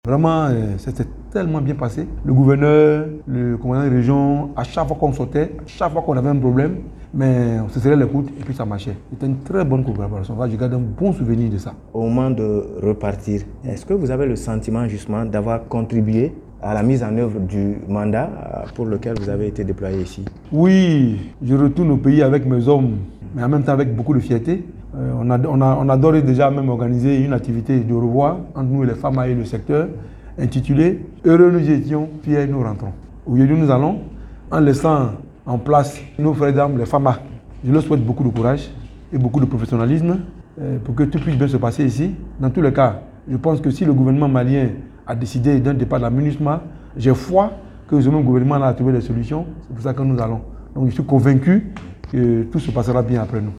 Vraiment, c'était tellement bien passé. Le gouverneur, le commandant de région, à chaque fois qu'on sortait, à chaque fois qu'on avait un problème, mais on se serrait l'écoute et puis ça marchait. C'était une très bonne collaboration. Je garde un bon souvenir de ça. Au moment de repartir, est-ce que vous avez le sentiment justement d'avoir contribué à la mise en œuvre du mandat pour lequel vous avez été déployé ici? Oui, je retourne au pays avec mes hommes, mais en même temps avec beaucoup de fierté. On a d'ores déjà même organisé une activité de revoir entre nous et les femmes et le secteur, intitulée « Heureux nous étions, fiers nous rentrons ». Aujourd'hui nous allons, en laissant en place nos frères d'armes, les FAMA. Je leur souhaite beaucoup de courage et beaucoup de professionnalisme pour que tout puisse bien se passer ici. Dans tous les cas, je pense que si le gouvernement malien a décidé d'un départ de la MINUSMA, j'ai foi que le gouvernement a trouvé des solutions. C'est pour ça que nous allons. Donc je suis convaincu que tout se passera bien après nous.